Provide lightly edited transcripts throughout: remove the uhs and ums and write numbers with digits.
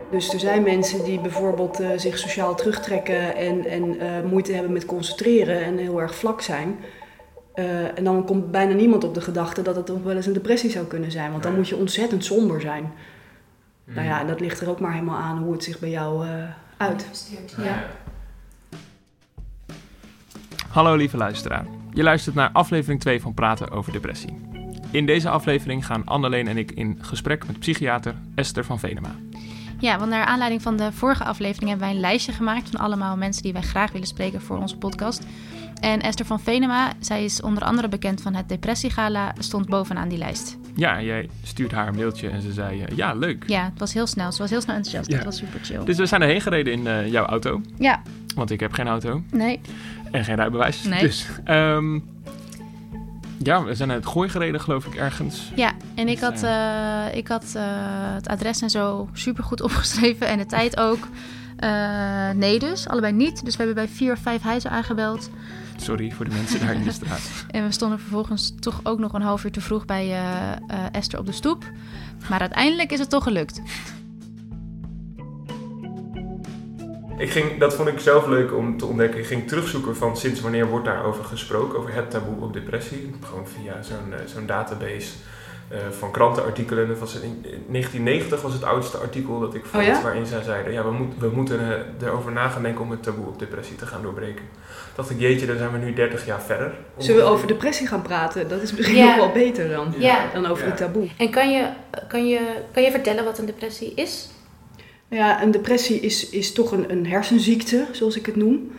Dus er zijn mensen die bijvoorbeeld zich sociaal terugtrekken en moeite hebben met concentreren en heel erg vlak zijn. En dan komt bijna niemand op de gedachte dat het toch wel eens een depressie zou kunnen zijn. Want dan moet je ontzettend somber zijn. Nou ja, en dat ligt er ook maar helemaal aan hoe het zich bij jou uit. Ja. Hallo lieve luisteraar. Je luistert naar aflevering 2 van Praten over depressie. In deze aflevering gaan Anneleen en ik in gesprek met psychiater Esther van Venema. Ja, want naar aanleiding van de vorige aflevering hebben wij een lijstje gemaakt van allemaal mensen die wij graag willen spreken voor onze podcast. En Esther van Venema, zij is onder andere bekend van het Depressiegala, stond bovenaan die lijst. Ja, jij stuurt haar een mailtje en ze zei, ja, leuk. Ja, het was heel snel. Ze was heel snel enthousiast. Ja. Dat was super chill. Dus we zijn erheen gereden in jouw auto. Ja. Want ik heb geen auto. Nee. En geen rijbewijs. Nee. Dus, ja, we zijn naar het Gooi gereden, geloof ik, ergens. Ja, en ik had het adres en zo super goed opgeschreven en de tijd ook. Nee dus, allebei niet. Dus we hebben bij 4 of 5 huizen aangebeld. Sorry voor de mensen daar in de straat. En we stonden vervolgens toch ook nog een half uur te vroeg bij Esther op de stoep. Maar uiteindelijk is het toch gelukt. Dat vond ik zelf leuk om te ontdekken. Ik ging terugzoeken van sinds wanneer wordt daarover gesproken, over het taboe op depressie. Gewoon via zo'n database van krantenartikelen. Dat was in 1990 was het oudste artikel dat ik vond, waarin zij zeiden, ja, we moeten erover na gaan denken om het taboe op depressie te gaan doorbreken. Dacht ik, jeetje, dan zijn we nu 30 jaar verder. Zullen we over depressie gaan praten? Dat is misschien nog wel beter dan over het taboe. En kan je vertellen wat een depressie is? Ja, een depressie is toch een hersenziekte, zoals ik het noem.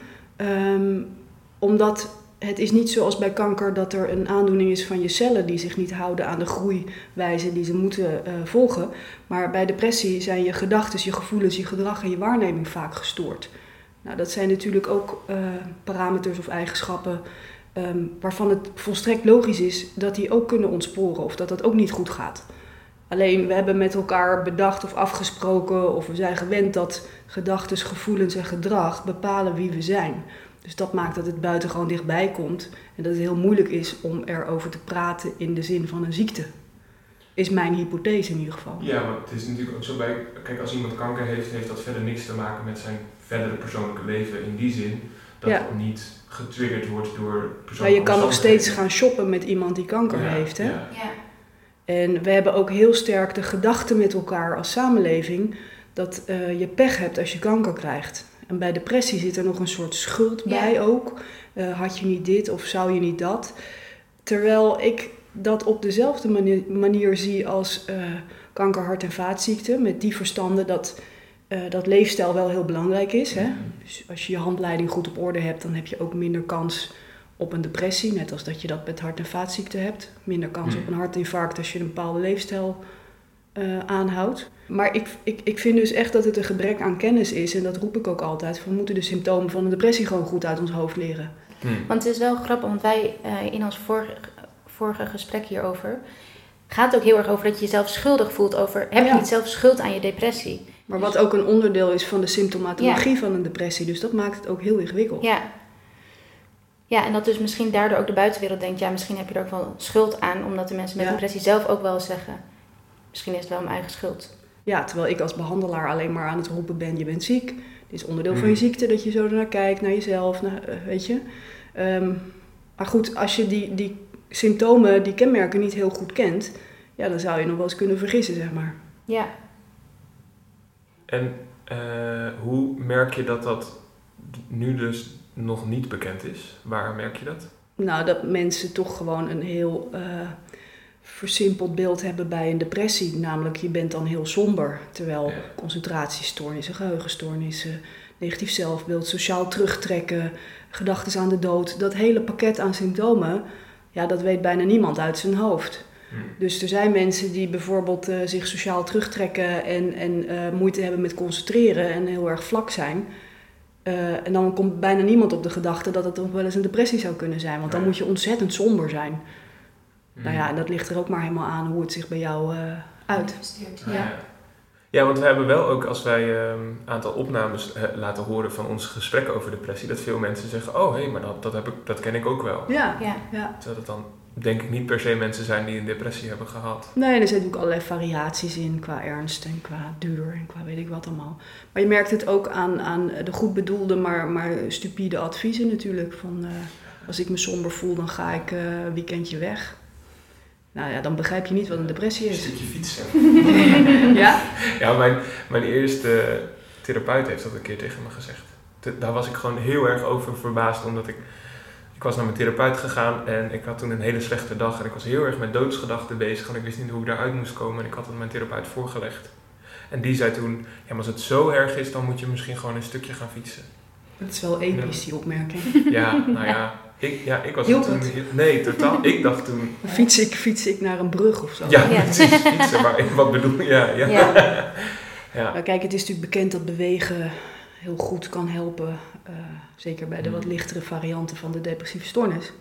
Omdat het is niet zoals bij kanker dat er een aandoening is van je cellen die zich niet houden aan de groeiwijze die ze moeten volgen. Maar bij depressie zijn je gedachten, je gevoelens, je gedrag en je waarneming vaak gestoord. Nou, dat zijn natuurlijk ook parameters of eigenschappen waarvan het volstrekt logisch is dat die ook kunnen ontsporen of dat dat ook niet goed gaat. Alleen we hebben met elkaar bedacht of afgesproken of we zijn gewend dat gedachten, gevoelens en gedrag bepalen wie we zijn. Dus dat maakt dat het buitengewoon dichtbij komt en dat het heel moeilijk is om erover te praten in de zin van een ziekte. Is mijn hypothese in ieder geval. Ja, maar het is natuurlijk ook zo bij, kijk, als iemand kanker heeft dat verder niks te maken met zijn verdere persoonlijke leven in die zin dat het niet getriggerd wordt door persoonlijke. Maar je kan nog steeds gaan shoppen met iemand die kanker heeft, hè? Ja. En we hebben ook heel sterk de gedachte met elkaar als samenleving dat je pech hebt als je kanker krijgt. En bij depressie zit er nog een soort schuld bij ook. Had je niet dit of zou je niet dat? Terwijl ik dat op dezelfde manier zie als kanker, hart- en vaatziekten. Met die verstanden dat leefstijl wel heel belangrijk is. Hè? Dus als je je handleiding goed op orde hebt, dan heb je ook minder kans op een depressie. Net als dat je dat met hart- en vaatziekten hebt. Minder kans op een hartinfarct als je een bepaalde leefstijl aanhoudt. Maar ik vind dus echt dat het een gebrek aan kennis is. En dat roep ik ook altijd. We moeten de symptomen van een depressie gewoon goed uit ons hoofd leren. Want het is wel grappig, want wij in ons vorige gesprek hierover gaat het ook heel erg over dat je jezelf schuldig voelt over, heb je niet zelf schuld aan je depressie? Maar wat ook een onderdeel is van de symptomatologie van een depressie. Dus dat maakt het ook heel ingewikkeld. Ja, en dat dus misschien daardoor ook de buitenwereld denkt, ja, misschien heb je er ook wel schuld aan, omdat de mensen met depressie zelf ook wel zeggen, misschien is het wel mijn eigen schuld. Ja, terwijl ik als behandelaar alleen maar aan het roepen ben, je bent ziek. Dit is onderdeel van je ziekte, dat je zo ernaar kijkt, naar jezelf, weet je. Maar goed, als je die symptomen, die kenmerken niet heel goed kent, ja, dan zou je nog wel eens kunnen vergissen, zeg maar. Ja. En hoe merk je dat nu dus nog niet bekend is? Waar merk je dat? Nou, dat mensen toch gewoon een heel versimpeld beeld hebben bij een depressie. Namelijk, je bent dan heel somber. Terwijl concentratiestoornissen, geheugenstoornissen, negatief zelfbeeld, sociaal terugtrekken, gedachten aan de dood. Dat hele pakket aan symptomen, ja, dat weet bijna niemand uit zijn hoofd. Dus er zijn mensen die bijvoorbeeld zich sociaal terugtrekken en moeite hebben met concentreren en heel erg vlak zijn. En dan komt bijna niemand op de gedachte dat het toch wel eens een depressie zou kunnen zijn. Want dan moet je ontzettend somber zijn. Nou ja, en dat ligt er ook maar helemaal aan hoe het zich bij jou uit. Ja, want we hebben wel ook, als wij een aantal opnames laten horen van ons gesprek over depressie, dat veel mensen zeggen, oh hé, maar dat ken ik ook wel. Ja. Terwijl dat dan denk ik niet per se mensen zijn die een depressie hebben gehad. Nee, er zitten ook allerlei variaties in qua ernst en qua duur en qua weet ik wat allemaal. Maar je merkt het ook aan de goed bedoelde, maar stupide adviezen natuurlijk. Van als ik me somber voel, dan ga ik een weekendje weg. Nou ja, dan begrijp je niet wat een depressie Een is. stukje fietsen. Ja? Ja, mijn eerste therapeut heeft dat een keer tegen me gezegd. Daar was ik gewoon heel erg over verbaasd, omdat ik was naar mijn therapeut gegaan en ik had toen een hele slechte dag en ik was heel erg met doodsgedachten bezig en ik wist niet hoe ik daaruit moest komen en ik had het mijn therapeut voorgelegd. En die zei toen, ja, maar als het zo erg is, dan moet je misschien gewoon een stukje gaan fietsen. Dat is wel episch, die opmerking. Ja, nou ja, ik was Hielp toen... het? Nee, totaal. Ik dacht toen... Fiets ik naar een brug of zo? Ja, precies, fietsen, maar wat bedoel je? Ja. Nou, kijk, het is natuurlijk bekend dat bewegen heel goed kan helpen. Zeker bij de wat lichtere varianten van de depressieve stoornis.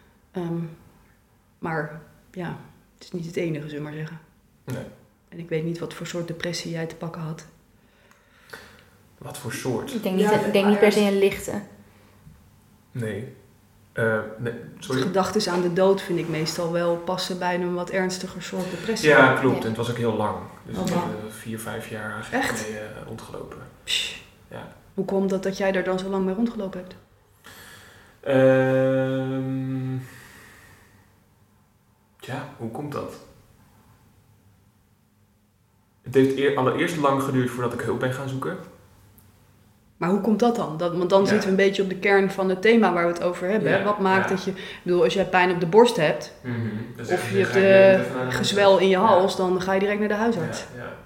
Maar ja, het is niet het enige, zullen we maar zeggen. Nee. En ik weet niet wat voor soort depressie jij te pakken had. Wat voor soort? Ik denk niet per se een lichte. Nee. Sorry? Gedachten aan de dood vind ik meestal wel passen bij een wat ernstiger soort depressie. Ja, klopt. Ja. En het was ook heel lang. Dus Oh, ik wow. heb 4-5 jaar eigenlijk Echt? mee rondgelopen. Psh. Ja. Hoe komt dat jij daar dan zo lang mee rondgelopen hebt? Ja, hoe komt dat? Het heeft allereerst lang geduurd voordat ik hulp ben gaan zoeken. Maar hoe komt dat dan? Want dan zitten we een beetje op de kern van het thema waar we het over hebben. Ja, Wat maakt ja. dat je... Ik bedoel, als jij pijn op de borst hebt, Dus of je dan hebt ga direct even naar de gezwel in je huisarts. hals, dan ga je direct naar de huisarts.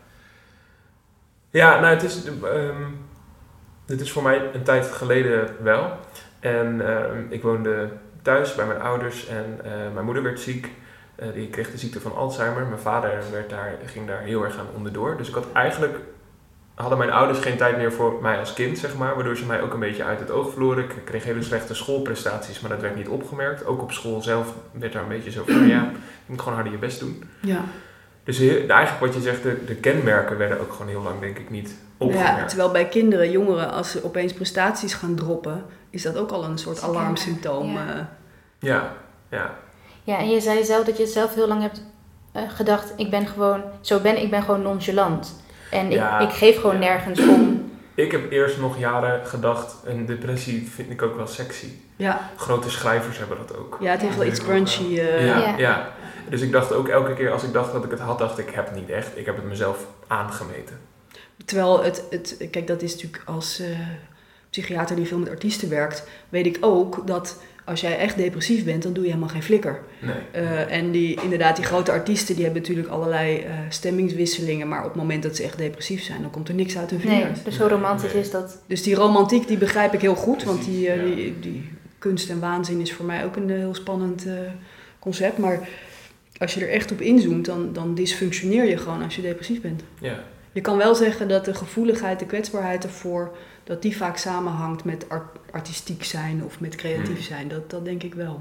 Ja, nou het is voor mij een tijd geleden wel. En ik woonde thuis bij mijn ouders en mijn moeder werd ziek. Die kreeg de ziekte van Alzheimer. Mijn vader ging daar heel erg aan onderdoor. Dus hadden mijn ouders geen tijd meer voor mij als kind, zeg maar. Waardoor ze mij ook een beetje uit het oog verloren. Ik kreeg hele slechte schoolprestaties, maar dat werd niet opgemerkt. Ook op school zelf werd daar een beetje zo van, ja, je moet gewoon harder je best doen. Ja. Dus eigenlijk wat je zegt, de kenmerken werden ook gewoon heel lang, denk ik, niet opgemerkt. Ja, terwijl bij kinderen, jongeren, als ze opeens prestaties gaan droppen, is dat ook al een soort alarmsymptoom. Ja. Ja. Ja, en je zei zelf dat je zelf heel lang hebt gedacht, ik ben gewoon nonchalant. En ik geef gewoon nergens om. Ik heb eerst nog jaren gedacht, een depressie vind ik ook wel sexy. Ja. Grote schrijvers hebben dat ook. Ja, het heeft wel iets crunchy. Ja. Dus ik dacht ook elke keer als ik dacht dat ik het had, dacht ik heb het niet echt. Ik heb het mezelf aangemeten. Terwijl kijk, dat is natuurlijk als psychiater die veel met artiesten werkt, weet ik ook dat als jij echt depressief bent, dan doe je helemaal geen flikker. Nee. En die grote artiesten, die hebben natuurlijk allerlei stemmingswisselingen, maar op het moment dat ze echt depressief zijn, dan komt er niks uit hun Nee, vingers. dus zo romantisch is dat. Dus die romantiek, die begrijp ik heel goed, want Precies, die kunst en waanzin is voor mij ook een heel spannend concept. Maar als je er echt op inzoomt, dan dysfunctioneer je gewoon als je depressief bent. Ja. Je kan wel zeggen dat de gevoeligheid, de kwetsbaarheid ervoor, dat die vaak samenhangt met artistiek zijn of met creatief zijn. Dat denk ik wel.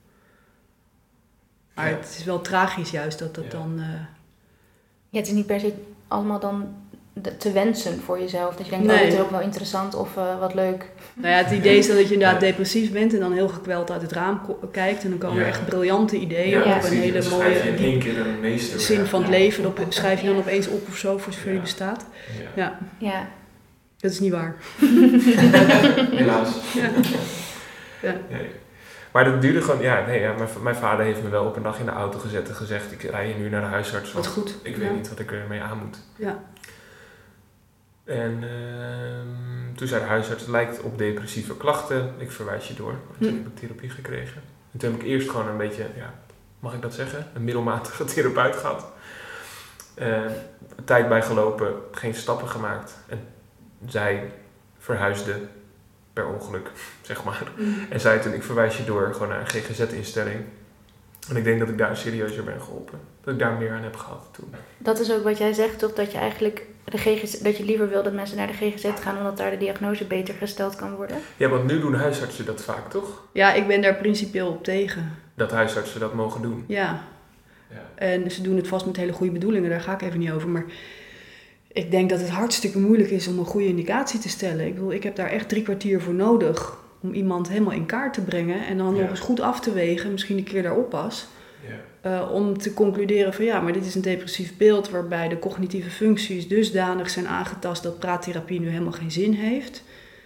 Maar het is wel tragisch juist dat dan... Ja, het is niet per se allemaal dan te wensen voor jezelf. Dat je denkt, Nee. dit is ook wel interessant of wat leuk. Nou ja, het idee is dat je inderdaad depressief bent en dan heel gekweld uit het raam kijkt. En dan komen er echt briljante ideeën op. precies. Een hele Dan schrijf je in mooie één keer een meester. zin van het leven. Dat schrijf je dan opeens op of zo voor zover je bestaat. Ja, Ja. dat is niet waar. Helaas. Ja. Ja. Nee. Maar dat duurde gewoon, mijn vader heeft me wel op een dag in de auto gezet en gezegd, ik rij je nu naar de huisarts. Wat want goed. Ik weet niet wat ik ermee aan moet. Ja. En toen zei de huisarts, het lijkt op depressieve klachten, ik verwijs je door. En toen heb ik therapie gekregen. En toen heb ik eerst gewoon een beetje, mag ik dat zeggen, een middelmatige therapeut gehad. Tijd bijgelopen, geen stappen gemaakt. En zij verhuisde per ongeluk, zeg maar. En zei toen, ik verwijs je door gewoon naar een GGZ-instelling. En ik denk dat ik daar serieuzer ben geholpen. Dat ik daar meer aan heb gehad toen. Dat is ook wat jij zegt, toch? Dat je eigenlijk dat je liever wil dat mensen naar de GGZ gaan, omdat daar de diagnose beter gesteld kan worden. Ja, want nu doen huisartsen dat vaak, toch? Ja, ik ben daar principieel op tegen. Dat huisartsen dat mogen doen. Ja. Ja. En ze doen het vast met hele goede bedoelingen, daar ga ik even niet over. Maar ik denk dat het hartstikke moeilijk is om een goede indicatie te stellen. Ik bedoel, ik heb daar echt 3 kwartier voor nodig om iemand helemaal in kaart te brengen en dan nog eens goed af te wegen, misschien een keer daarop pas. Om te concluderen van maar dit is een depressief beeld waarbij de cognitieve functies dusdanig zijn aangetast dat praattherapie nu helemaal geen zin heeft.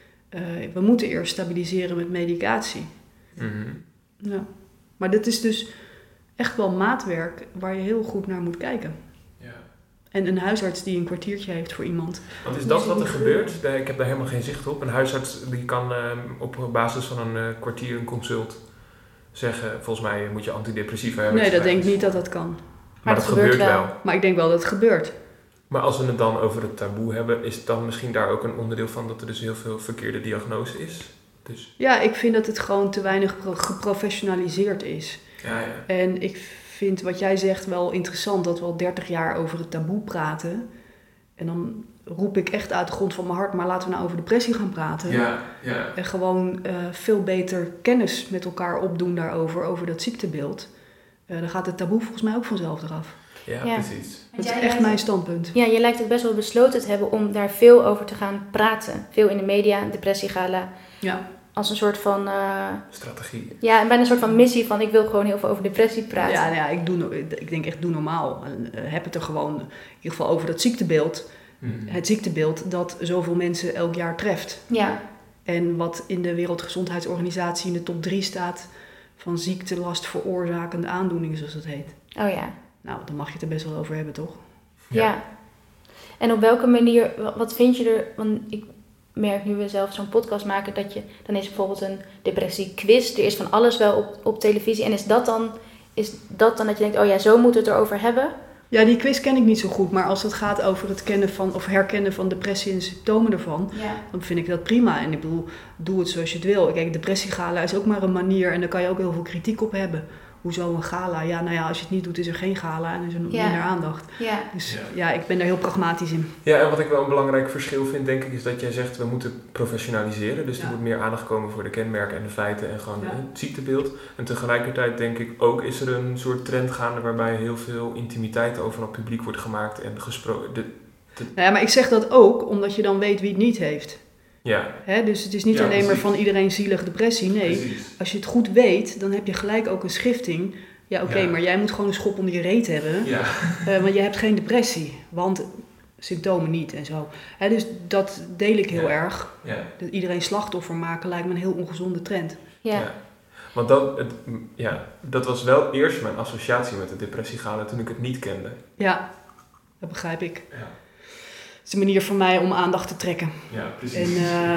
We moeten eerst stabiliseren met medicatie. Mm-hmm. Ja. Maar dit is dus echt wel maatwerk waar je heel goed naar moet kijken. Ja. En een huisarts die een kwartiertje heeft voor iemand. Want is dat wat er gebeurt? Ik heb daar helemaal geen zicht op. Een huisarts die kan op basis van een kwartier een consult zeggen, volgens mij moet je antidepressiva hebben. Nee, dat denk ik niet dat dat kan. Maar dat gebeurt wel. Maar ik denk wel dat het gebeurt. Maar als we het dan over het taboe hebben, is dan misschien daar ook een onderdeel van dat er dus heel veel verkeerde diagnose is? Dus... Ja, ik vind dat het gewoon te weinig geprofessionaliseerd is. Ja. En ik vind wat jij zegt wel interessant, dat we al 30 jaar over het taboe praten. En dan roep ik echt uit de grond van mijn hart, maar laten we nou over depressie gaan praten. Ja. En gewoon veel beter kennis met elkaar opdoen daarover, over dat ziektebeeld. Dan gaat het taboe volgens mij ook vanzelf eraf. Ja, precies. Dat is echt mijn standpunt. Ja, je lijkt ook best wel besloten te hebben om daar veel over te gaan praten. Veel in de media, depressiegala. Ja. Als een soort van... strategie. Ja, bijna een soort van missie van ik wil gewoon heel veel over depressie praten. Ja, ik denk echt doe normaal. Heb het er gewoon in ieder geval over dat ziektebeeld. Het ziektebeeld dat zoveel mensen elk jaar treft. Ja. En wat in de Wereldgezondheidsorganisatie in de top 3 staat van ziektelast veroorzakende aandoeningen, zoals dat heet. Oh ja. Nou, dan mag je het er best wel over hebben, toch? Ja. En op welke manier, wat vind je er... Want ik merk nu we zelf zo'n podcast maken, dan is bijvoorbeeld een depressiequiz. Er is van alles wel op televisie. En is dat dan dat je denkt, oh ja, zo moeten we het erover hebben? Ja, die quiz ken ik niet zo goed. Maar als het gaat over het kennen van of herkennen van depressie en de symptomen ervan, dan vind ik dat prima. En ik bedoel, doe het zoals je het wil. Kijk, depressiegala is ook maar een manier en daar kan je ook heel veel kritiek op hebben. Hoezo een gala? Ja, nou ja, als je het niet doet is er geen gala en is er minder aandacht. Ja. Dus ja, ik ben daar heel pragmatisch in. Ja, en wat ik wel een belangrijk verschil vind, denk ik, is dat jij zegt we moeten professionaliseren. Dus er moet meer aandacht komen voor de kenmerken en de feiten en gewoon het ziektebeeld. En tegelijkertijd denk ik ook is er een soort trend gaande waarbij heel veel intimiteit overal publiek wordt gemaakt en gesproken. Nou ja, maar ik zeg dat ook omdat je dan weet wie het niet heeft. Ja. Dus het is niet alleen maar van iedereen zielig depressie. Nee, precies. Als je het goed weet, dan heb je gelijk ook een schifting. Ja, oké, maar jij moet gewoon een schop onder je reet hebben. Ja. Want je hebt geen depressie. Want symptomen niet en zo. Dus dat deel ik heel erg. Ja. Dat iedereen slachtoffer maken lijkt me een heel ongezonde trend. Ja. Want dat was wel eerst mijn associatie met de depressiegala toen ik het niet kende. Ja, dat begrijp ik. Ja. Het is een manier voor mij om aandacht te trekken. Ja, precies.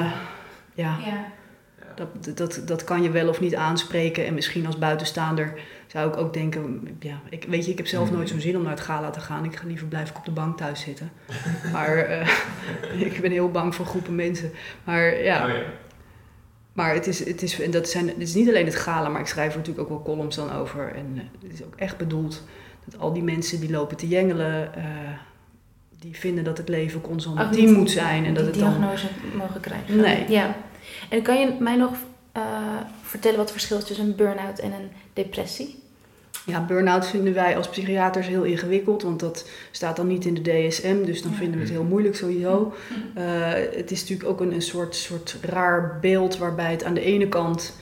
En dat kan je wel of niet aanspreken. En misschien als buitenstaander zou ik ook denken... Ja, ik heb zelf nooit zo'n zin om naar het gala te gaan. Ik ga liever blijven op de bank thuis zitten. Maar ik ben heel bang voor groepen mensen. Maar ja... Oh, ja. Maar het is niet alleen het gala, maar ik schrijf er natuurlijk ook wel columns dan over. En het is ook echt bedoeld dat al die mensen die lopen te jengelen... die vinden dat het leven constant een team moet zijn. En dat het diagnose mogen krijgen. Nee. Ja. En kan je mij nog vertellen wat het verschil is tussen een burn-out en een depressie? Ja, burn-out vinden wij als psychiaters heel ingewikkeld. Want dat staat dan niet in de DSM. Dus dan vinden we het heel moeilijk sowieso. Het is natuurlijk ook een soort raar beeld waarbij het aan de ene kant...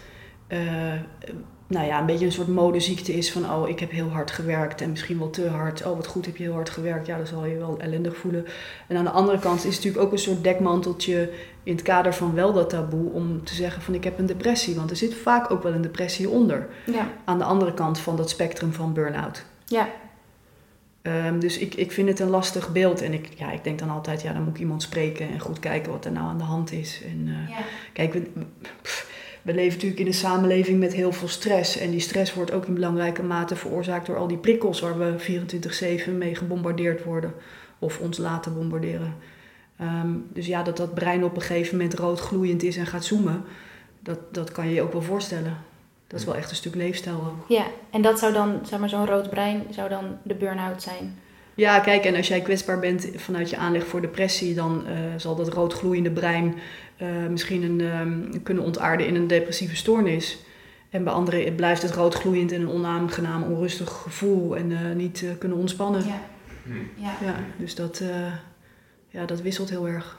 een beetje een soort modeziekte is van... oh, ik heb heel hard gewerkt en misschien wel te hard. Oh, wat goed heb je heel hard gewerkt. Ja, dan zal je wel ellendig voelen. En aan de andere kant is het natuurlijk ook een soort dekmanteltje... in het kader van wel dat taboe om te zeggen van ik heb een depressie. Want er zit vaak ook wel een depressie onder. Ja. Aan de andere kant van dat spectrum van burn-out. Ja. Dus ik vind het een lastig beeld. En ik denk dan altijd, dan moet ik iemand spreken... en goed kijken wat er nou aan de hand is. En kijk... We leven natuurlijk in een samenleving met heel veel stress. En die stress wordt ook in belangrijke mate veroorzaakt door al die prikkels... waar we 24/7 mee gebombardeerd worden. Of ons laten bombarderen. Dus dat brein op een gegeven moment rood gloeiend is en gaat zoomen... Dat kan je je ook wel voorstellen. Dat is wel echt een stuk leefstijl ook. Ja, en dat zou dan, zo'n rood brein, zou dan de burn-out zijn... Ja, kijk, en als jij kwetsbaar bent vanuit je aanleg voor depressie... dan zal dat roodgloeiende brein misschien kunnen ontaarden in een depressieve stoornis. En bij anderen blijft het roodgloeiend in een onaangenaam, onrustig gevoel... en niet kunnen ontspannen. Ja. Dus dat wisselt heel erg.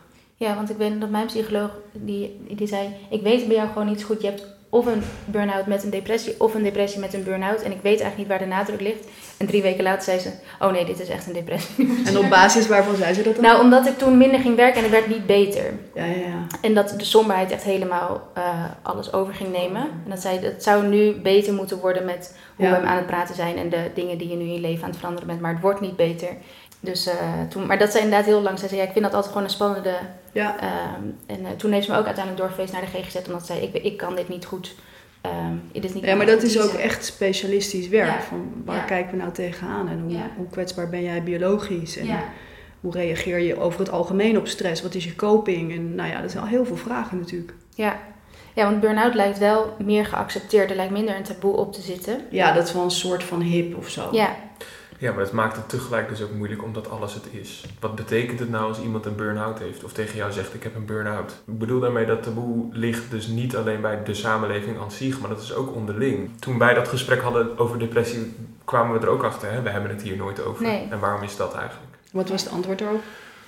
Ja, want ik weet dat mijn psycholoog, die zei... Ik weet bij jou gewoon niet zo goed. Je hebt of een burn-out met een depressie... of een depressie met een burn-out. En ik weet eigenlijk niet waar de nadruk ligt. En 3 weken later zei ze... Oh nee, dit is echt een depressie. En op basis waarvan zei ze dat dan? Nou, omdat ik toen minder ging werken en ik werd niet beter. Ja. En dat de somberheid echt helemaal alles over ging nemen. En dat zei, het zou nu beter moeten worden met hoe we aan het praten zijn... en de dingen die je nu in je leven aan het veranderen bent. Maar het wordt niet beter. Dus maar dat zei inderdaad heel lang. Zij zei, ik vind dat altijd gewoon een spannende... Ja. Toen heeft ze me ook uiteindelijk doorverwezen naar de GGZ. Omdat ze zei, ik kan dit niet goed. Dit is niet Ja, maar dat is ook echt specialistisch werk. Ja. Van waar kijken we nou tegenaan? En Ja. hoe kwetsbaar ben jij biologisch? En Ja. hoe reageer je over het algemeen op stress? Wat is je coping? En nou ja, dat zijn al heel veel vragen natuurlijk. Ja, want burn-out lijkt wel meer geaccepteerd. Er lijkt minder een taboe op te zitten. Ja, dat is wel een soort van hip of zo. Ja. Ja, maar het maakt het tegelijk dus ook moeilijk omdat alles het is. Wat betekent het nou als iemand een burn-out heeft of tegen jou zegt ik heb een burn-out? Ik bedoel daarmee dat taboe ligt dus niet alleen bij de samenleving aan zich, maar dat is ook onderling. Toen wij dat gesprek hadden over depressie kwamen we er ook achter, hè? We hebben het hier nooit over. Nee. En waarom is dat eigenlijk? Wat was het antwoord erop?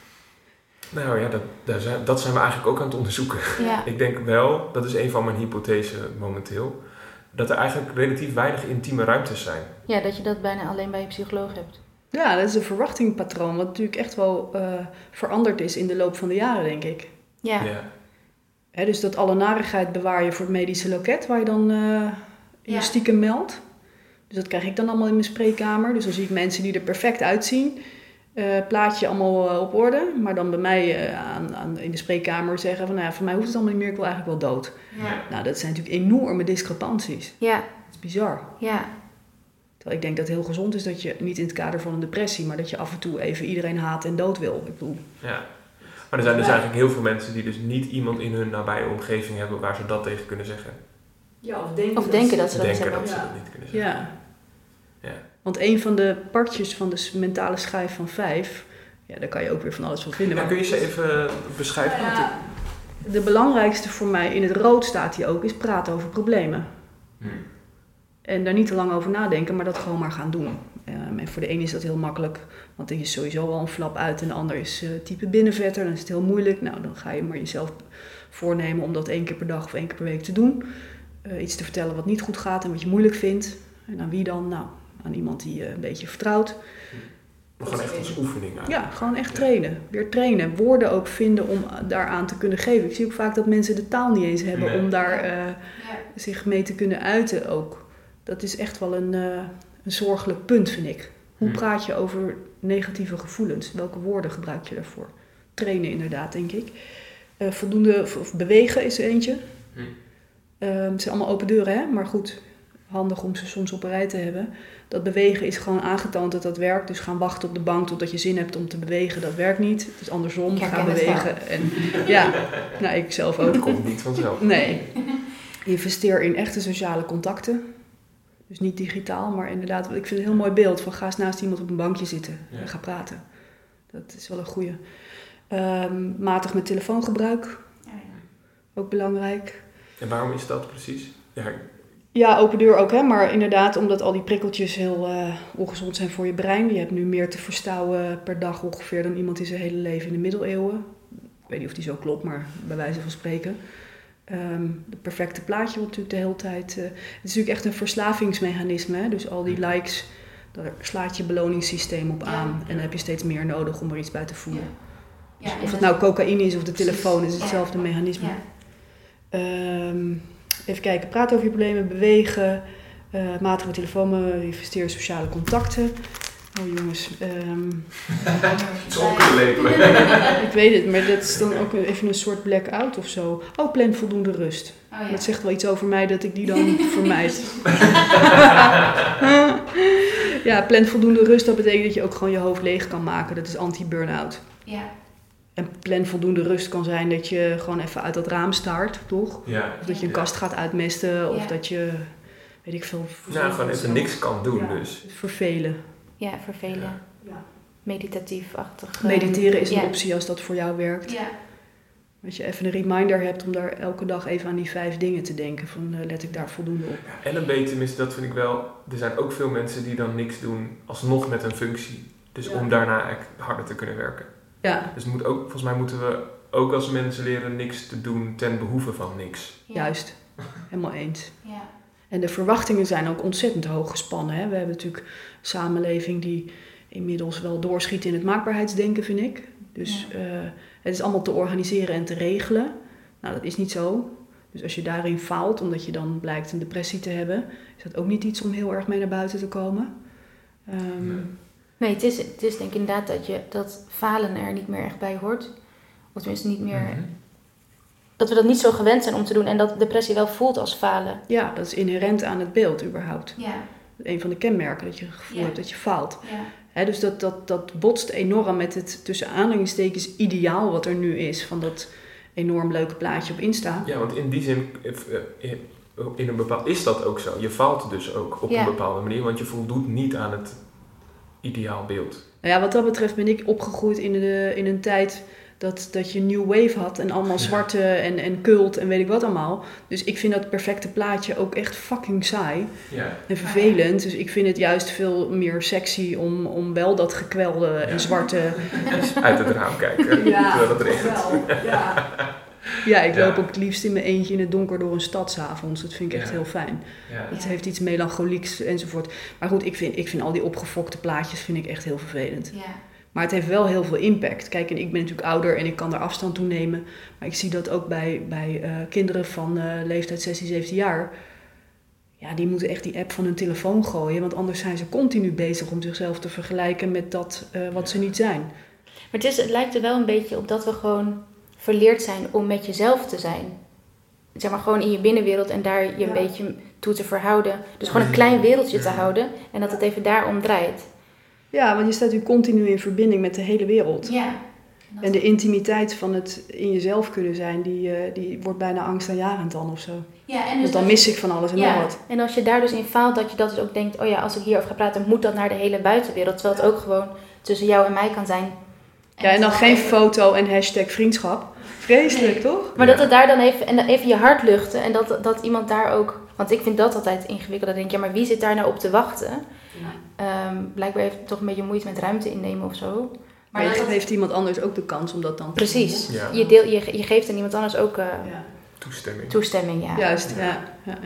Nou ja, dat zijn we eigenlijk ook aan het onderzoeken. Ja. Ik denk wel, dat is een van mijn hypothesen momenteel, dat er eigenlijk relatief weinig intieme ruimtes zijn. Ja, dat je dat bijna alleen bij je psycholoog hebt. Ja, dat is een verwachtingpatroon wat natuurlijk echt wel veranderd is in de loop van de jaren, denk ik. Ja. Hè, dus dat alle narigheid bewaar je voor het medische loket, waar je dan je stiekem meldt. Dus dat krijg ik dan allemaal in mijn spreekkamer. Dus dan zie ik mensen die er perfect uitzien. Plaatje allemaal op orde. Maar dan bij mij in de spreekkamer zeggen van... Nou ja, voor mij hoeft het allemaal niet meer, ik wil eigenlijk wel dood. Ja. Nou, dat zijn natuurlijk enorme discrepanties. Ja. Dat is bizar. Ja. Terwijl ik denk dat het heel gezond is dat je niet in het kader van een depressie... maar dat je af en toe even iedereen haat en dood wil. Ik bedoel... Ja. Maar er zijn dus eigenlijk heel veel mensen die dus niet iemand in hun nabije omgeving hebben waar ze dat tegen kunnen zeggen. Ja, of denken dat ze dat Denken hebben. dat ze dat niet kunnen zeggen. Ja. Ja. Want een van de partjes van de mentale schijf van 5... Ja, daar kan je ook weer van alles van vinden. Ja, Maar kun je ze even beschrijven? de belangrijkste voor mij, in het rood staat die ook, is praten over problemen. En daar niet te lang over nadenken, maar dat gewoon maar gaan doen. En voor de een is dat heel makkelijk, want er is sowieso al een flap uit. En de ander is type binnenvetter, dan is het heel moeilijk. Nou, dan ga je maar jezelf voornemen om dat 1 keer per dag of 1 keer per week te doen. Iets te vertellen wat niet goed gaat en wat je moeilijk vindt. En aan wie dan? Nou, aan iemand die je een beetje vertrouwt. Maar gewoon echt als oefening eigenlijk. Ja, gewoon echt trainen. Weer trainen. Woorden ook vinden om daaraan te kunnen geven. Ik zie ook vaak dat mensen de taal niet eens hebben om daar zich mee te kunnen uiten ook. Dat is echt wel een zorgelijk punt, vind ik. Hoe praat je over negatieve gevoelens? Welke woorden gebruik je daarvoor? Trainen inderdaad, denk ik. Voldoende bewegen is er eentje. Het zijn allemaal open deuren, hè? Maar goed, handig om ze soms op een rij te hebben. Dat bewegen is gewoon aangetoond dat dat werkt. Dus gaan wachten op de bank totdat je zin hebt om te bewegen, dat werkt niet. Het is andersom, ga bewegen. En ja, nou, ik zelf ook. Dat komt niet vanzelf. Nee. Investeer in echte sociale contacten. Dus niet digitaal, maar inderdaad, ik vind het een heel mooi beeld van ga eens naast iemand op een bankje zitten en ga praten. Dat is wel een goeie. Matig met telefoongebruik. Ook belangrijk. En waarom is dat precies? Ja, open deur ook, hè? Maar inderdaad, omdat al die prikkeltjes heel ongezond zijn voor je brein. Je hebt nu meer te verstouwen per dag ongeveer dan iemand in zijn hele leven in de middeleeuwen. Ik weet niet of die zo klopt, maar bij wijze van spreken. Het perfecte plaatje wordt natuurlijk de hele tijd... het is natuurlijk echt een verslavingsmechanisme, hè? Dus al die likes, daar slaat je beloningssysteem op aan. En dan heb je steeds meer nodig om er iets bij te voelen. Dus of het nou cocaïne is of de telefoon, het is hetzelfde mechanisme. Even kijken, praten over je problemen, bewegen, matige telefoon, investeer in sociale contacten. Oh jongens. Ik weet het, maar dat is dan ook even een soort blackout of zo. Oh, plan voldoende rust. Dat zegt wel iets over mij dat ik die dan vermijd. Ja, plan voldoende rust, dat betekent dat je ook gewoon je hoofd leeg kan maken. Dat is anti-burn-out. Ja. En plan voldoende rust kan zijn dat je gewoon even uit dat raam staart, toch? Ja. Of dat je een kast gaat uitmesten, of dat je, weet ik veel... Nou, gewoon even niks kan doen dus. Vervelen. Ja, vervelen. Ja. Meditatief-achtig. Mediteren is een optie als dat voor jou werkt. Ja. Dat je even een reminder hebt om daar elke dag even aan die 5 dingen te denken. Van let ik daar voldoende op. Ja, en een beetje, tenminste dat vind ik wel, er zijn ook veel mensen die dan niks doen alsnog met een functie. Dus om daarna echt harder te kunnen werken. Ja. Dus volgens mij moeten we ook als mensen leren niks te doen ten behoeve van niks. Ja. Juist, helemaal eens. Ja. En de verwachtingen zijn ook ontzettend hoog gespannen. Hè? We hebben natuurlijk een samenleving die inmiddels wel doorschiet in het maakbaarheidsdenken, vind ik. Dus het is allemaal te organiseren en te regelen. Nou, dat is niet zo. Dus als je daarin faalt, omdat je dan blijkt een depressie te hebben, is dat ook niet iets om heel erg mee naar buiten te komen. Nee, het is denk ik inderdaad dat falen er niet meer echt bij hoort. Of tenminste niet meer... Dat we dat niet zo gewend zijn om te doen en dat depressie wel voelt als falen. Ja, dat is inherent aan het beeld überhaupt. Ja. Een van de kenmerken dat je het gevoel hebt dat je faalt. Ja. Hè, dus dat botst enorm met het tussen aanhalingstekens ideaal wat er nu is. Van dat enorm leuke plaatje op Insta. Ja, want in die zin in een bepaald is dat ook zo. Je faalt dus ook op een bepaalde manier, want je voldoet niet aan het ideaalbeeld. Nou ja, wat dat betreft ben ik opgegroeid in een tijd dat je New Wave had en allemaal zwarte en cult en weet ik wat allemaal. Dus ik vind dat perfecte plaatje ook echt fucking saai en vervelend. Dus ik vind het juist veel meer sexy om wel dat gekwelde en zwarte... Uit het raam kijken, terwijl het regent. Ja, ik loop ook het liefst in mijn eentje in het donker door een stad 's avonds. Dat vind ik echt heel fijn. Het heeft iets melancholieks enzovoort. Maar goed, ik vind al die opgefokte plaatjes vind ik echt heel vervelend. Ja. Maar het heeft wel heel veel impact. Kijk, en ik ben natuurlijk ouder en ik kan daar afstand toe nemen. Maar ik zie dat ook bij kinderen van leeftijd 16, 17 jaar. Ja, die moeten echt die app van hun telefoon gooien. Want anders zijn ze continu bezig om zichzelf te vergelijken met dat wat ze niet zijn. Maar het lijkt er wel een beetje op dat we gewoon verleerd zijn om met jezelf te zijn. Zeg maar gewoon in je binnenwereld en daar je een beetje toe te verhouden. Dus gewoon een klein wereldje te houden en dat het even daarom draait. Ja, want je staat nu continu in verbinding met de hele wereld. Ja. En de intimiteit van het in jezelf kunnen zijn, die wordt bijna angstaanjagend dan of zo. Ja, en dus want dan mis ik van alles en nog wat. En als je daar dus in faalt, dat je dat dus ook denkt, oh ja, als ik hierover ga praten, moet dat naar de hele buitenwereld. Terwijl het ook gewoon tussen jou en mij kan zijn. En dan geen foto en hashtag vriendschap. Vreselijk, toch? Maar dat het daar dan even je hart luchten en dat iemand daar ook... Want ik vind dat altijd ingewikkeld. Dan denk ik, ja, maar wie zit daar nou op te wachten? Ja. Blijkbaar heeft het toch een beetje moeite met ruimte innemen of zo. Maar je geeft iemand anders ook de kans om dat dan te doen. Precies. Ja. Je geeft aan iemand anders ook toestemming. Ja. Juist, ja.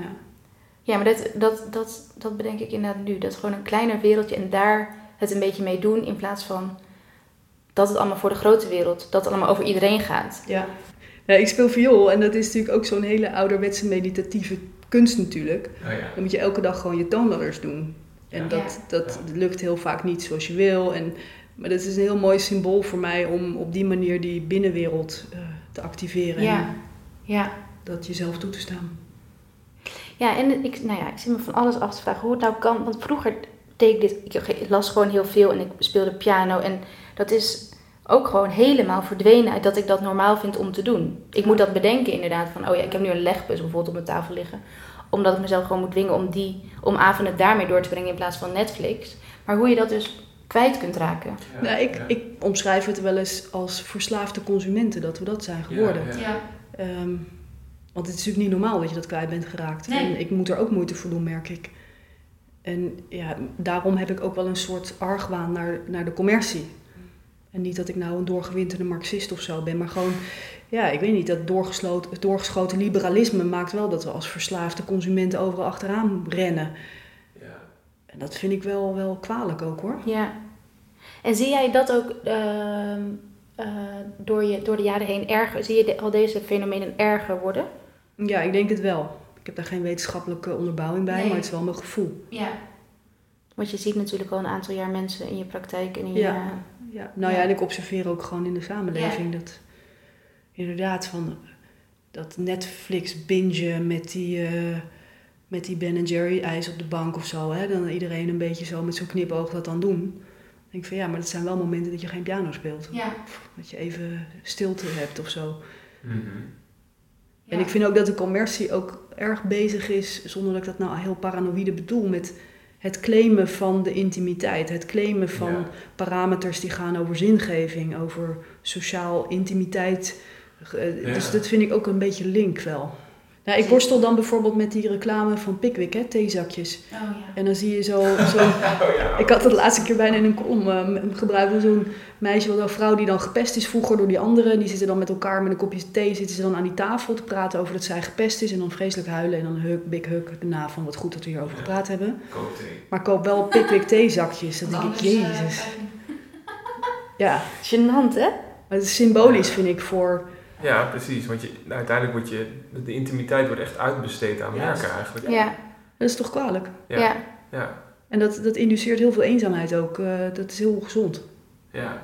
Ja, maar dat bedenk ik inderdaad nu. Dat is gewoon een kleiner wereldje en daar het een beetje mee doen in plaats van... dat het allemaal voor de grote wereld, dat het allemaal over iedereen gaat. Ja. Ik speel viool en dat is natuurlijk ook zo'n hele ouderwetse meditatieve kunst natuurlijk. Oh ja. Dan moet je elke dag gewoon je toonladders doen. En dat lukt heel vaak niet zoals je wil. Maar dat is een heel mooi symbool voor mij om op die manier die binnenwereld te activeren. Ja. Dat jezelf toe te staan. Ja, en ik zit me van alles af te vragen hoe het nou kan. Want vroeger deed ik dit, ik las gewoon heel veel en ik speelde piano en... Dat is ook gewoon helemaal verdwenen uit dat ik dat normaal vind om te doen. Ik moet dat bedenken inderdaad van, ik heb nu een legpuzzel bijvoorbeeld op de tafel liggen. Omdat ik mezelf gewoon moet dwingen om avonden daarmee door te brengen in plaats van Netflix. Maar hoe je dat dus kwijt kunt raken. Ja, ik omschrijf het wel eens als verslaafde consumenten, dat we dat zijn geworden. Want het is natuurlijk niet normaal dat je dat kwijt bent geraakt. Nee. En ik moet er ook moeite voor doen, merk ik. En daarom heb ik ook wel een soort argwaan naar de commercie. En niet dat ik nou een doorgewinterde marxist of zo ben, maar gewoon, ik weet niet, dat doorgeschoten liberalisme maakt wel dat we als verslaafde consumenten overal achteraan rennen. Ja. En dat vind ik wel kwalijk ook, hoor. Ja. En zie jij dat ook door de jaren heen erger? Zie je al deze fenomenen erger worden? Ja, ik denk het wel. Ik heb daar geen wetenschappelijke onderbouwing bij, maar het is wel mijn gevoel. Ja. Want je ziet natuurlijk al een aantal jaar mensen in je praktijk en in je... en ik observeer ook gewoon in de samenleving dat inderdaad van dat Netflix bingen met die Ben & Jerry ijs op de bank of zo, hè, dan iedereen een beetje zo met zo'n knipoog dat dan doen. Dan denk ik van maar dat zijn wel momenten dat je geen piano speelt. Ja. Of dat je even stilte hebt of zo. Mm-hmm. Ja. En ik vind ook dat de commercie ook erg bezig is, zonder dat ik dat nou heel paranoïde bedoel, met het claimen van de intimiteit. Het claimen van parameters die gaan over zingeving, over sociaal intimiteit. Dus dat vind ik ook een beetje link wel. Ja, ik worstel dan bijvoorbeeld met die reclame van Pickwick, hè, theezakjes. Oh ja. En dan zie je zo ik had het de laatste keer bijna in een column gebruikt. Zo'n meisje, een vrouw die dan gepest is vroeger door die anderen. En die zitten dan met elkaar met een kopje thee, zitten ze dan aan die tafel te praten over dat zij gepest is. En dan vreselijk huilen en dan big hug daarna van wat goed dat we hierover gepraat hebben. Koop thee. Maar koop wel Pickwick theezakjes. Dan denk ik, jezus. Ja, Gênant, hè? maar het is symbolisch vind ik voor... Ja, precies. Want uiteindelijk wordt de intimiteit wordt echt uitbesteed aan merken eigenlijk. Ja. Dat is toch kwalijk? Ja. Ja. En dat induceert heel veel eenzaamheid ook. Dat is heel ongezond. Ja.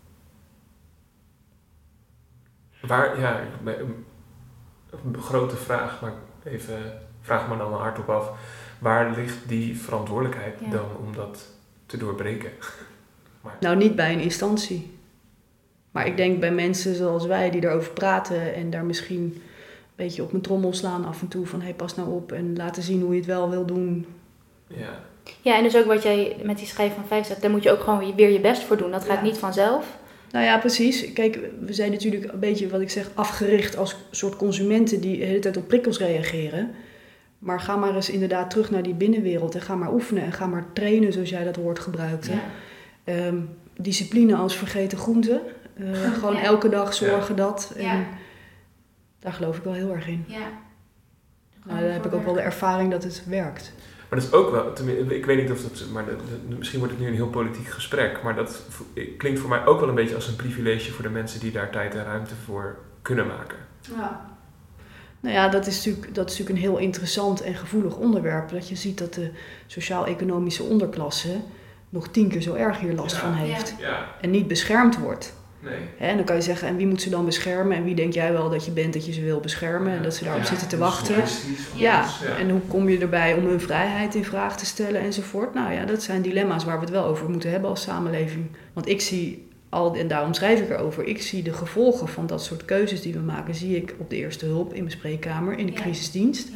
Een grote vraag, maar even vraag me dan hardop af. Waar ligt die verantwoordelijkheid dan om dat te doorbreken? Nou, niet bij een instantie. Maar ik denk bij mensen zoals wij die erover praten en daar misschien een beetje op mijn trommel slaan af en toe van hey, pas nou op en laten zien hoe je het wel wil doen. Ja. Ja, en dus ook wat jij met die schijf van 5 zegt, daar moet je ook gewoon weer je best voor doen. Dat gaat niet vanzelf. Nou ja, precies. Kijk, we zijn natuurlijk een beetje, wat ik zeg, afgericht als soort consumenten die de hele tijd op prikkels reageren. Maar ga maar eens inderdaad terug naar die binnenwereld en ga maar oefenen en ga maar trainen zoals jij dat woord gebruikt. Ja. Discipline als vergeten groenten. Gewoon elke dag zorgen dat. En daar geloof ik wel heel erg in. Ja. Nou, daar heb ik ook wel de ervaring dat het werkt. Maar dat is ook wel, ik weet niet of dat, maar misschien wordt het nu een heel politiek gesprek, maar dat klinkt voor mij ook wel een beetje als een privilege voor de mensen die daar tijd en ruimte voor kunnen maken. Ja. Nou ja, dat is natuurlijk een heel interessant en gevoelig onderwerp. Dat je ziet dat de sociaal-economische onderklasse nog 10 keer zo erg hier last van heeft. Ja. En niet beschermd wordt. Nee. En dan kan je zeggen, en wie moet ze dan beschermen? En wie denk jij wel dat je bent dat je ze wil beschermen? En dat ze daarop zitten te wachten. Ja, en hoe kom je erbij om hun vrijheid in vraag te stellen enzovoort? Nou ja, dat zijn dilemma's waar we het wel over moeten hebben als samenleving. Want ik zie, en daarom schrijf ik erover, ik zie de gevolgen van dat soort keuzes die we maken, zie ik op de eerste hulp, in mijn spreekkamer, in de crisisdienst.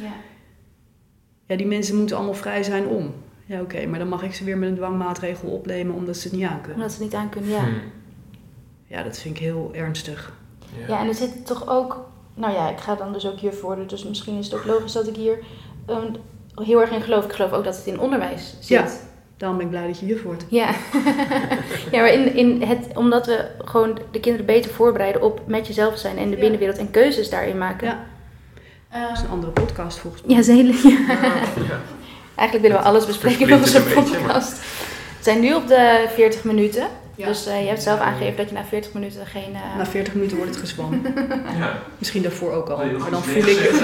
Ja, die mensen moeten allemaal vrij zijn om. Ja, oké, maar dan mag ik ze weer met een dwangmaatregel opnemen omdat ze het niet aan kunnen. Omdat ze het niet aan kunnen, ja. Ja, dat vind ik heel ernstig. Ja, en er zit toch ook... Nou ja, ik ga dan dus ook juf worden, dus misschien is het ook logisch dat ik hier heel erg in geloof. Ik geloof ook dat het in onderwijs zit. Ja, daarom ben ik blij dat je juf wordt. Ja, ja, maar omdat we gewoon de kinderen beter voorbereiden op met jezelf zijn en de binnenwereld en keuzes daarin maken. Ja, dat is een andere podcast volgens mij. Ja, ze hele... Eigenlijk willen we alles bespreken in onze podcast. We zijn nu op de 40 minuten. Ja. Dus je hebt zelf aangegeven dat je na 40 minuten geen... Na 40 minuten wordt het gezwam. Ja. Misschien daarvoor ook al, maar dan voel ik het.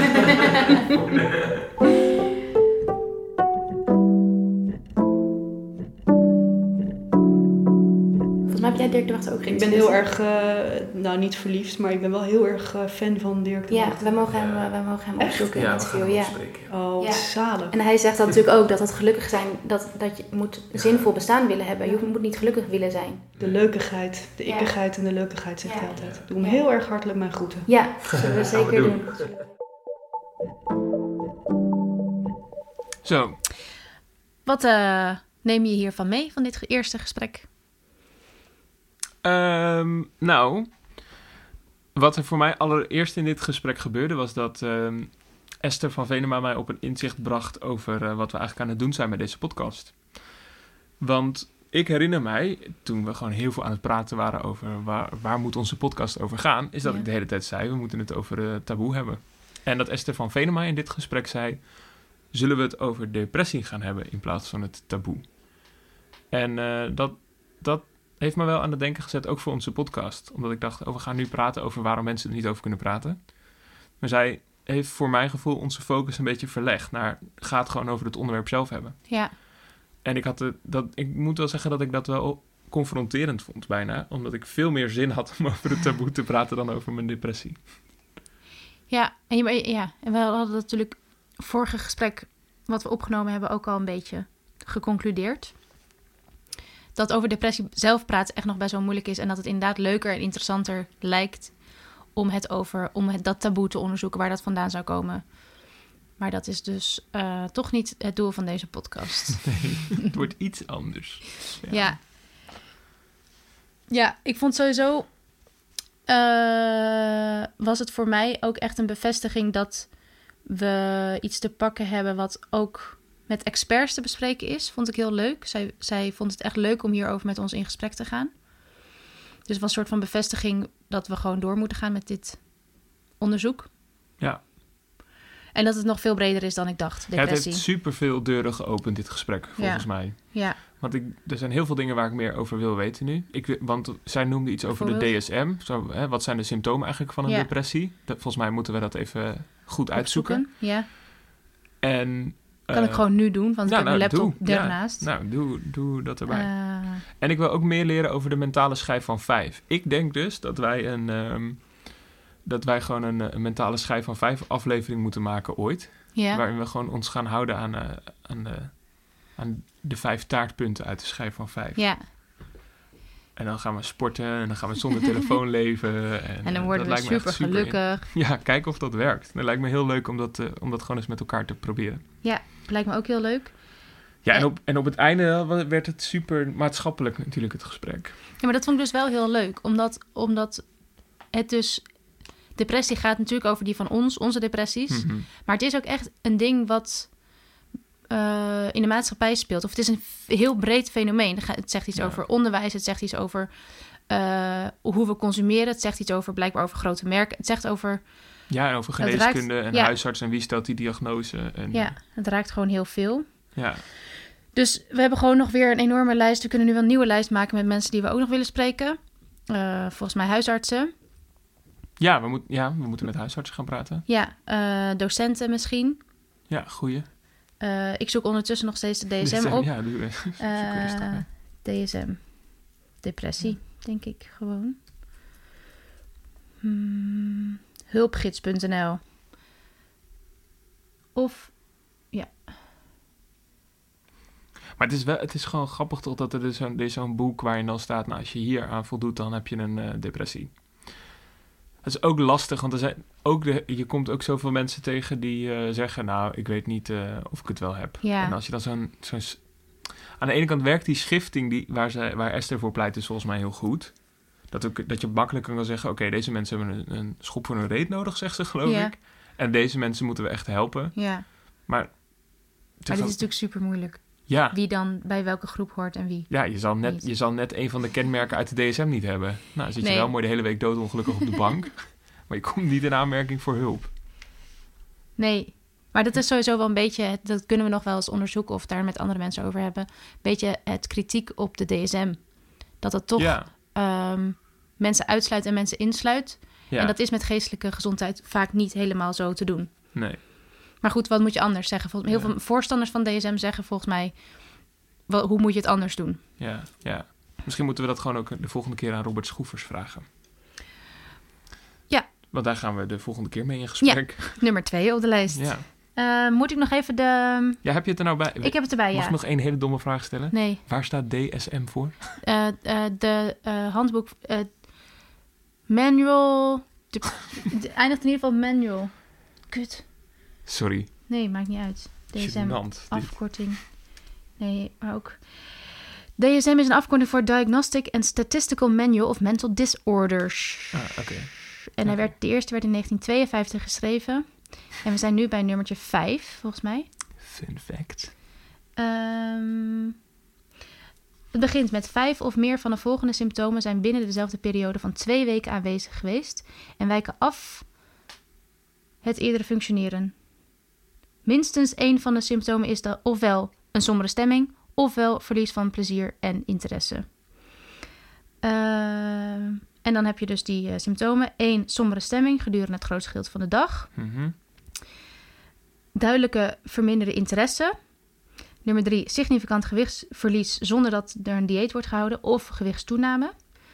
Volgens mij heb jij Dirk de Wachter ook gezien. Ik ben heel erg, niet verliefd, maar ik ben wel heel erg fan van Dirk de Wachter. Ja, wij mogen hem opzoeken in het interview. Ja. Oh, wat zalig. En hij zegt dat natuurlijk ook, dat het gelukkig zijn, dat je moet zinvol bestaan willen hebben. Je moet niet gelukkig willen zijn. De leukigheid, de ikkigheid en de leukigheid, zegt hij altijd. Doe hem heel erg hartelijk mijn groeten. Ja, dat zullen we zeker doen. Zo. Wat neem je hiervan mee, van dit eerste gesprek? Wat er voor mij allereerst in dit gesprek gebeurde, was dat Esther van Venema mij op een inzicht bracht over wat we eigenlijk aan het doen zijn met deze podcast. Want ik herinner mij, toen we gewoon heel veel aan het praten waren over waar moet onze podcast over gaan, is dat ik de hele tijd zei, we moeten het over taboe hebben. En dat Esther van Venema in dit gesprek zei, zullen we het over depressie gaan hebben in plaats van het taboe. En dat heeft me wel aan het denken gezet, ook voor onze podcast. Omdat ik dacht, we gaan nu praten over waarom mensen er niet over kunnen praten. Maar zij heeft voor mijn gevoel onze focus een beetje verlegd naar, ga het gewoon over het onderwerp zelf hebben. Ja. En ik moet wel zeggen dat ik dat wel confronterend vond bijna. Omdat ik veel meer zin had om over het taboe te praten dan over mijn depressie. Ja, en we hadden natuurlijk vorige gesprek wat we opgenomen hebben ook al een beetje geconcludeerd. Dat over depressie zelf praten echt nog best wel moeilijk is. En dat het inderdaad leuker en interessanter lijkt om dat taboe te onderzoeken waar dat vandaan zou komen. Maar dat is dus toch niet het doel van deze podcast. Nee, het wordt iets anders. Ja, ik vond sowieso... was het voor mij ook echt een bevestiging dat we iets te pakken hebben wat ook met experts te bespreken is. Vond ik heel leuk. Zij vond het echt leuk om hierover met ons in gesprek te gaan. Dus het was een soort van bevestiging dat we gewoon door moeten gaan met dit onderzoek. Ja. En dat het nog veel breder is dan ik dacht, Ja, depressie. het heeft superveel deuren geopend, dit gesprek, volgens mij. Ja. Want er zijn heel veel dingen waar ik meer over wil weten nu. Want zij noemde iets over de DSM. Zo, wat zijn de symptomen eigenlijk van een depressie? Volgens mij moeten we dat even goed uitzoeken. Ja. En... kan ik gewoon nu doen, want ik heb mijn laptop ernaast. Ja, doe dat erbij. En ik wil ook meer leren over de mentale schijf van 5. Ik denk dus dat wij gewoon een mentale schijf van 5 aflevering moeten maken ooit. Ja. Waarin we gewoon ons gaan houden aan de 5 taartpunten uit de schijf van 5. Ja. En dan gaan we sporten en dan gaan we zonder telefoon leven. En dan worden we super gelukkig. Ja, kijken of dat werkt. Dat lijkt me heel leuk om dat gewoon eens met elkaar te proberen. Ja, lijkt me ook heel leuk. Ja, en op het einde werd het super maatschappelijk natuurlijk, het gesprek. Ja, maar dat vond ik dus wel heel leuk. Omdat het dus... Depressie gaat natuurlijk over die van onze depressies. Mm-hmm. Maar het is ook echt een ding wat in de maatschappij speelt. Of het is een heel breed fenomeen. Het zegt iets over onderwijs. Het zegt iets over hoe we consumeren. Het zegt iets over blijkbaar over grote merken. Het zegt over... Ja, en over geneeskunde en huisarts en wie stelt die diagnose. En, het raakt gewoon heel veel. Ja. Dus we hebben gewoon nog weer een enorme lijst. We kunnen nu wel een nieuwe lijst maken met mensen die we ook nog willen spreken. Volgens mij huisartsen. Ja, we moeten met huisartsen gaan praten. Ja, docenten misschien. Ja, goeie. Ik zoek ondertussen nog steeds de DSM op. Ja, doe super DSM. Depressie, denk ik gewoon. Hulpgids.nl. Of, ja. Maar het is gewoon grappig toch dat er is zo'n boek waarin dan staat... Nou, als je hier aan voldoet, dan heb je een depressie. Dat is ook lastig, want je komt ook zoveel mensen tegen die zeggen... Nou, ik weet niet of ik het wel heb. Ja. En als je dan zo'n... Aan de ene kant werkt die schifting waar Esther voor pleit, is volgens mij heel goed. Dat je makkelijker kan zeggen... Oké, deze mensen hebben een schop voor hun reet nodig, zegt ze, geloof ik. En deze mensen moeten we echt helpen. Ja. Maar dit is natuurlijk super moeilijk. Ja. Wie dan bij welke groep hoort en wie. Ja, je zal net een van de kenmerken uit de DSM niet hebben. Nou, zit je wel mooi de hele week doodongelukkig op de bank. Maar je komt niet in aanmerking voor hulp. Nee, maar dat is sowieso wel een beetje... Dat kunnen we nog wel eens onderzoeken of daar met andere mensen over hebben. Een beetje het kritiek op de DSM. Dat het toch mensen uitsluit en mensen insluit. Ja. En dat is met geestelijke gezondheid vaak niet helemaal zo te doen. Nee. Maar goed, wat moet je anders zeggen? Heel veel voorstanders van DSM zeggen volgens mij... hoe moet je het anders doen? Ja. Misschien moeten we dat gewoon ook de volgende keer aan Robert Schroevers vragen. Ja. Want daar gaan we de volgende keer mee in gesprek. Ja, nummer 2 op de lijst. Ja. Moet ik nog even de... Ja, heb je het er nou bij? Ik heb het erbij, Mag ik nog één hele domme vraag stellen? Nee. Waar staat DSM voor? De handboek... manual... eindigt in ieder geval manual. Kut. Sorry. Nee, maakt niet uit. DSM, Gênant, afkorting. Nee, maar ook... DSM is een afkorting voor Diagnostic and Statistical Manual of Mental Disorders. Oké. En de eerste werd in 1952 geschreven. En we zijn nu bij nummertje 5, volgens mij. Fun fact. Het begint met 5 of meer van de volgende symptomen zijn binnen dezelfde periode van 2 weken aanwezig geweest en wijken af het eerdere functioneren. Minstens 1 van de symptomen is ofwel een sombere stemming, ofwel verlies van plezier en interesse. En dan heb je dus die symptomen. 1, sombere stemming gedurende het grootste gedeelte van de dag. Mm-hmm. Duidelijke verminderde interesse. Nummer 3, significant gewichtsverlies zonder dat er een dieet wordt gehouden of gewichtstoename.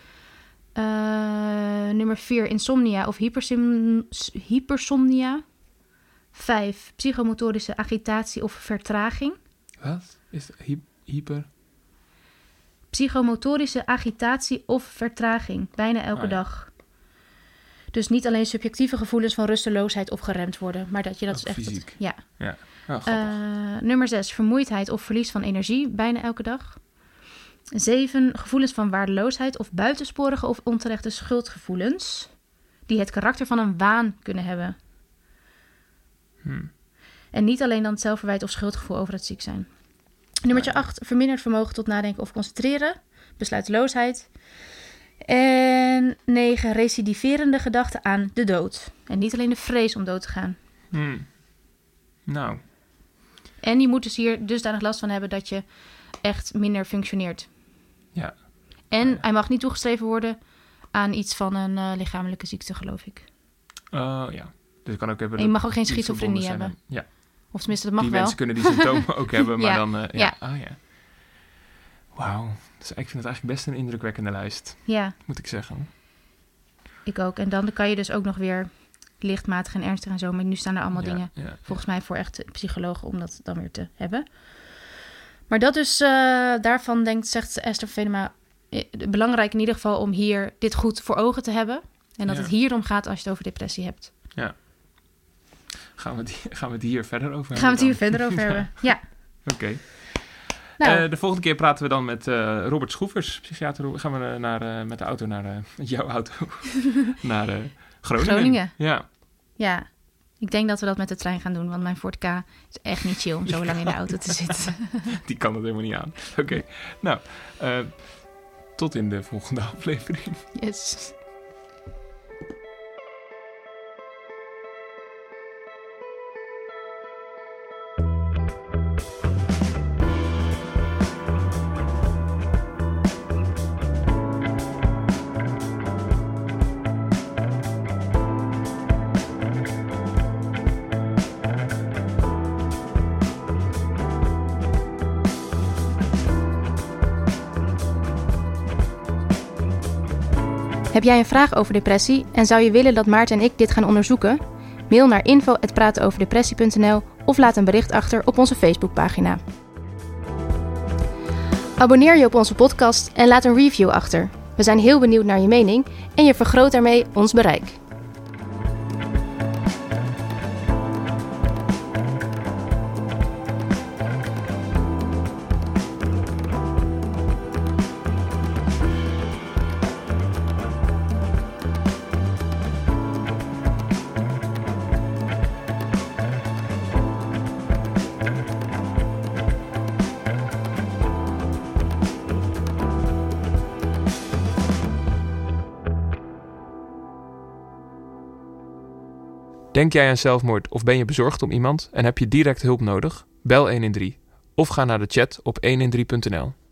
Nummer 4, insomnia of hypersomnia. 5, psychomotorische agitatie of vertraging. Wat? Is het hyper? Psychomotorische agitatie of vertraging. Bijna elke dag. Dus niet alleen subjectieve gevoelens van rusteloosheid of geremd worden, maar dat je dat ook echt... fysiek. Ja. Nummer 6, vermoeidheid of verlies van energie. Bijna elke dag. 7, gevoelens van waardeloosheid of buitensporige of onterechte schuldgevoelens. Die het karakter van een waan kunnen hebben. En niet alleen dan het zelfverwijt of schuldgevoel over het ziek zijn. Nummertje 8, verminderd vermogen tot nadenken of concentreren. Besluiteloosheid. En 9, recidiverende gedachten aan de dood. En niet alleen de vrees om dood te gaan. Nou. En je moet dus hier dusdanig last van hebben dat je echt minder functioneert. Ja. En hij mag niet toegeschreven worden aan iets van een lichamelijke ziekte, geloof ik. Ja. Dus je kan ook hebben. En je mag ook geen schizofrenie hebben. Ja. Of tenminste, dat mag die wel. mensen kunnen die symptomen ook hebben, maar Ja. dan... Ja. Oh ja. Wauw. Dus ik vind het eigenlijk best een indrukwekkende lijst, Ja, moet ik zeggen. ik ook. En dan kan je dus ook nog weer lichtmatig en ernstig en zo. Maar nu staan er allemaal dingen, volgens mij, voor echt psychologen om dat dan weer te hebben. Maar dat dus, daarvan zegt Esther Venema, belangrijk in ieder geval om hier dit goed voor ogen te hebben. En dat het hier om gaat als je het over depressie hebt. Ja. Gaan we het hier verder over hebben? Gaan we het hier verder over hebben, ja. Oké. Nou. De volgende keer praten we dan met Robert Schroevers, psychiater. Gaan we met de auto met jouw auto naar Groningen. Ja. Ja, ik denk dat we dat met de trein gaan doen, want mijn Ford K is echt niet chill om zo lang in de auto te zitten. Die kan het helemaal niet aan. Oké. Nou, tot in de volgende aflevering. Yes. Heb jij een vraag over depressie en zou je willen dat Maarten en ik dit gaan onderzoeken? Mail naar info@pratenoverdepressie.nl of laat een bericht achter op onze Facebookpagina. Abonneer je op onze podcast en laat een review achter. We zijn heel benieuwd naar je mening en je vergroot daarmee ons bereik. Denk jij aan zelfmoord of ben je bezorgd om iemand en heb je direct hulp nodig? Bel 113 of ga naar de chat op 113.nl.